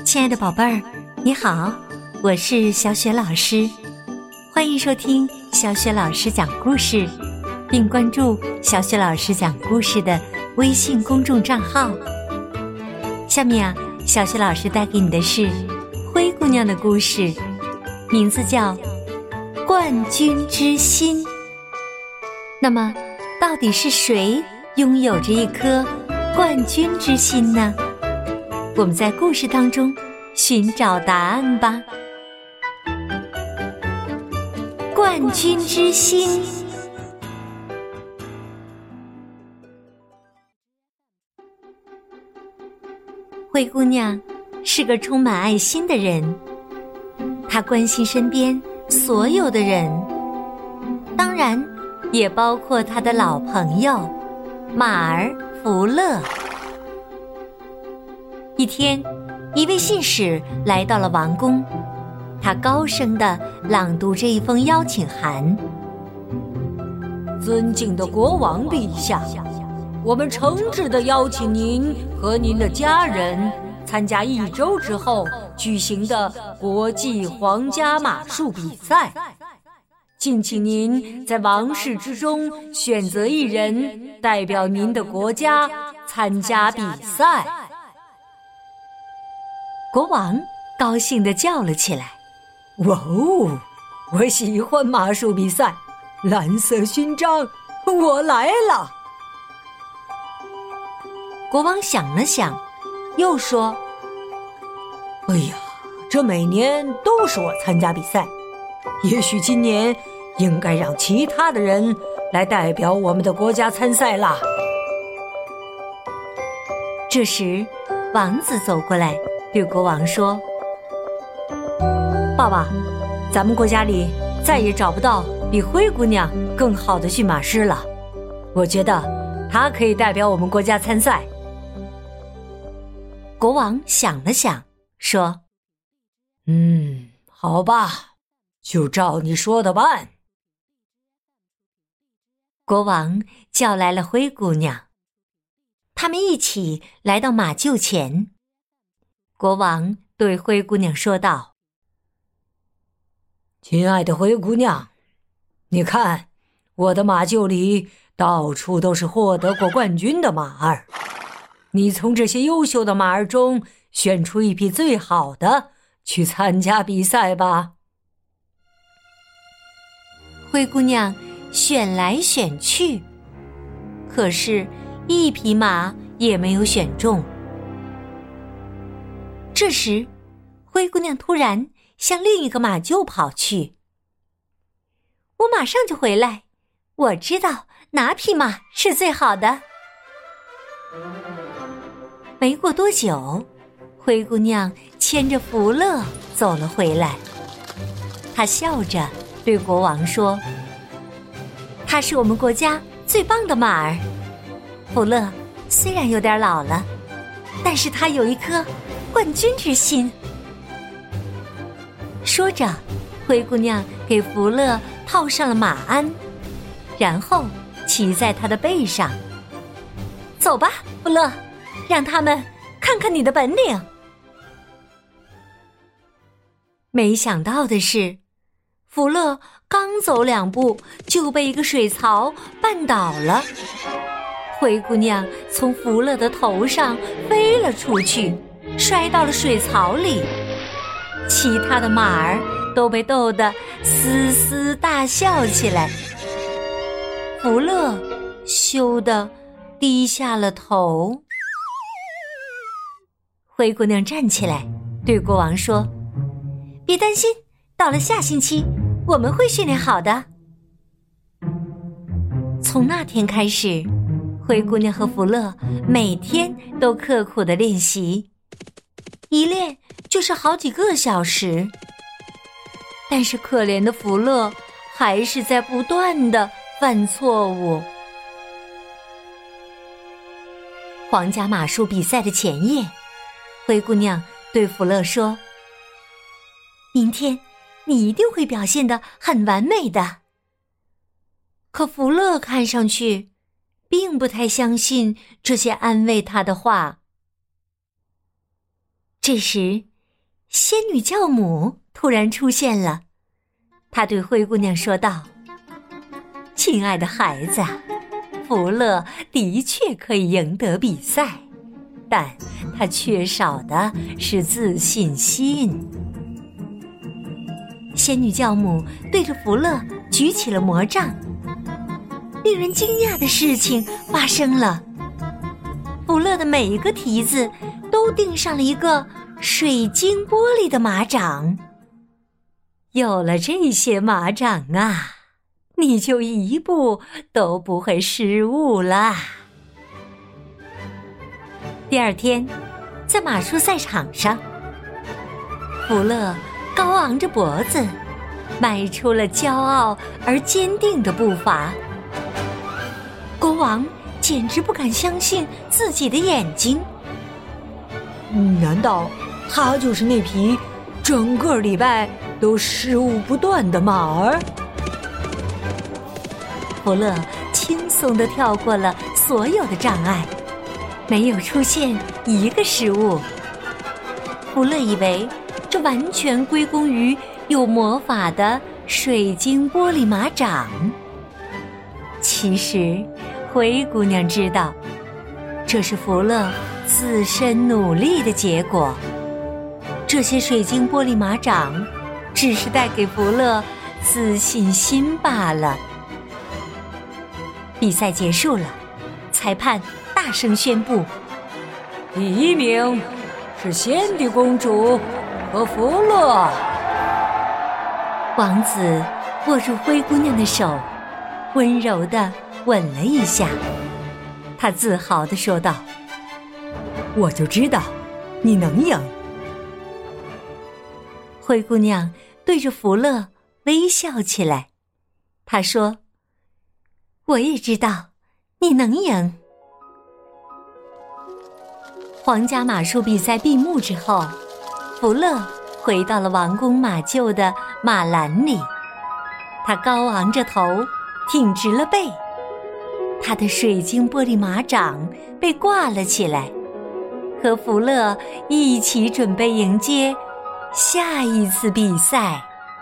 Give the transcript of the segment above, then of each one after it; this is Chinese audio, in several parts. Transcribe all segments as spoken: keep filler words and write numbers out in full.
亲爱的宝贝儿，你好，我是小雪老师，欢迎收听小雪老师讲故事，并关注小雪老师讲故事的微信公众账号。下面啊，小雪老师带给你的是灰姑娘的故事，名字叫《冠军之心》。那么，到底是谁拥有着一颗冠军之心呢？我们在故事当中寻找答案吧。冠军之心。灰姑娘是个充满爱心的人，她关心身边所有的人，当然也包括她的老朋友马儿福乐。一天，一位信使来到了王宫，他高声地朗读这一封邀请函。 尊敬的国王陛下，我们诚挚地邀请您和您的家人参加一周之后举行的国际皇家马术比赛，敬请您在王室之中选择一人代表您的国家参加比赛。 国王高兴地叫了起来： 哇哦，我喜欢马术比赛，蓝色勋章，我来了。 国王想了想，又说： 哎呀，这每年都是我参加比赛，也许今年应该让其他的人来代表我们的国家参赛啦。 这时，王子走过来对国王说： 爸爸，咱们国家里再也找不到比灰姑娘更好的驯马师了，我觉得她可以代表我们国家参赛。 国王想了想说： 嗯，好吧，就照你说的办。 国王叫来了灰姑娘，他们一起来到马厩前。国王对灰姑娘说道： 亲爱的灰姑娘，你看，我的马厩里到处都是获得过冠军的马儿，你从这些优秀的马儿中选出一匹最好的去参加比赛吧。 灰姑娘选来选去，可是一匹马也没有选中。这时，灰姑娘突然向另一个马厩跑去。我马上就回来，我知道哪匹马是最好的。没过多久，灰姑娘牵着福乐走了回来。她笑着对国王说：他是我们国家最棒的马儿。福乐虽然有点老了，但是他有一颗冠军之心。说着，灰姑娘给福乐套上了马鞍，然后骑在他的背上。走吧，福乐，让他们看看你的本领。没想到的是，福乐刚走两步就被一个水槽绊倒了，灰姑娘从福乐的头上飞了出去，摔到了水槽里。其他的马儿都被逗得嘶嘶大笑起来。福乐羞得低下了头。灰姑娘站起来对国王说：别担心，到了下星期我们会训练好的。从那天开始，灰姑娘和福乐每天都刻苦地练习，一练就是好几个小时。但是可怜的福乐还是在不断地犯错误。皇家马术比赛的前夜，灰姑娘对福乐说：明天你一定会表现得很完美的。可福乐看上去并不太相信这些安慰他的话。这时， 仙女教母突然出现了，她对灰姑娘说道：亲爱的孩子，福乐的确可以赢得比赛，但他缺少的是自信心。仙女教母对着福乐举起了魔杖。令人惊讶的事情发生了，福乐的每一个蹄子都钉上了一个水晶玻璃的马掌。有了这些马掌啊，你就一步都不会失误啦。第二天，在马术赛场上，福乐高昂着脖子，迈出了骄傲而坚定的步伐。国王简直不敢相信自己的眼睛。 难道他就是那匹整个礼拜都失误不断的马儿？ 福乐轻松地跳过了所有的障碍，没有出现一个失误。福乐以为这完全归功于有魔法的水晶玻璃马掌。其实灰姑娘知道，这是福乐自身努力的结果。这些水晶玻璃马掌只是带给福乐自信心罢了。比赛结束了，裁判大声宣布， 第一名是仙女公主和福乐。 王子握住灰姑娘的手，温柔地吻了一下。他自豪地说道： 我就知道你能赢。 灰姑娘对着福乐微笑起来，她说：我也知道你能赢。皇家马术比赛闭幕之后，福乐回到了王宫马厩的马栏里。他高昂着头，挺直了背，他的水晶玻璃马掌被挂了起来，和福乐一起准备迎接下一次比赛。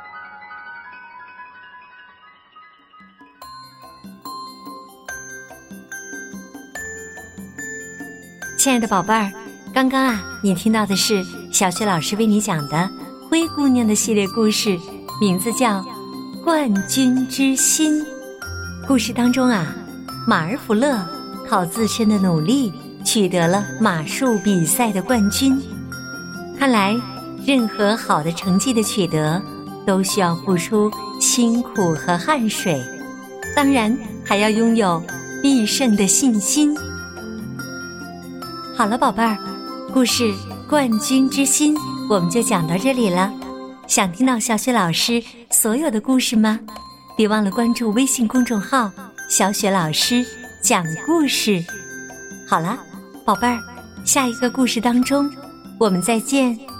亲爱的宝贝儿，刚刚啊，你听到的是小雪老师为你讲的灰姑娘的系列故事，名字叫《冠军之心》。故事当中啊，马儿福乐靠自身的努力取得了马术比赛的冠军。看来，任何好的成绩的取得，都需要付出辛苦和汗水，当然还要拥有必胜的信心。好了，宝贝儿，故事《冠军之心》我们就讲到这里了。想听到小雪老师所有的故事吗？别忘了关注微信公众号“小雪老师讲故事”。好了，宝贝儿，下一个故事当中，我们再见。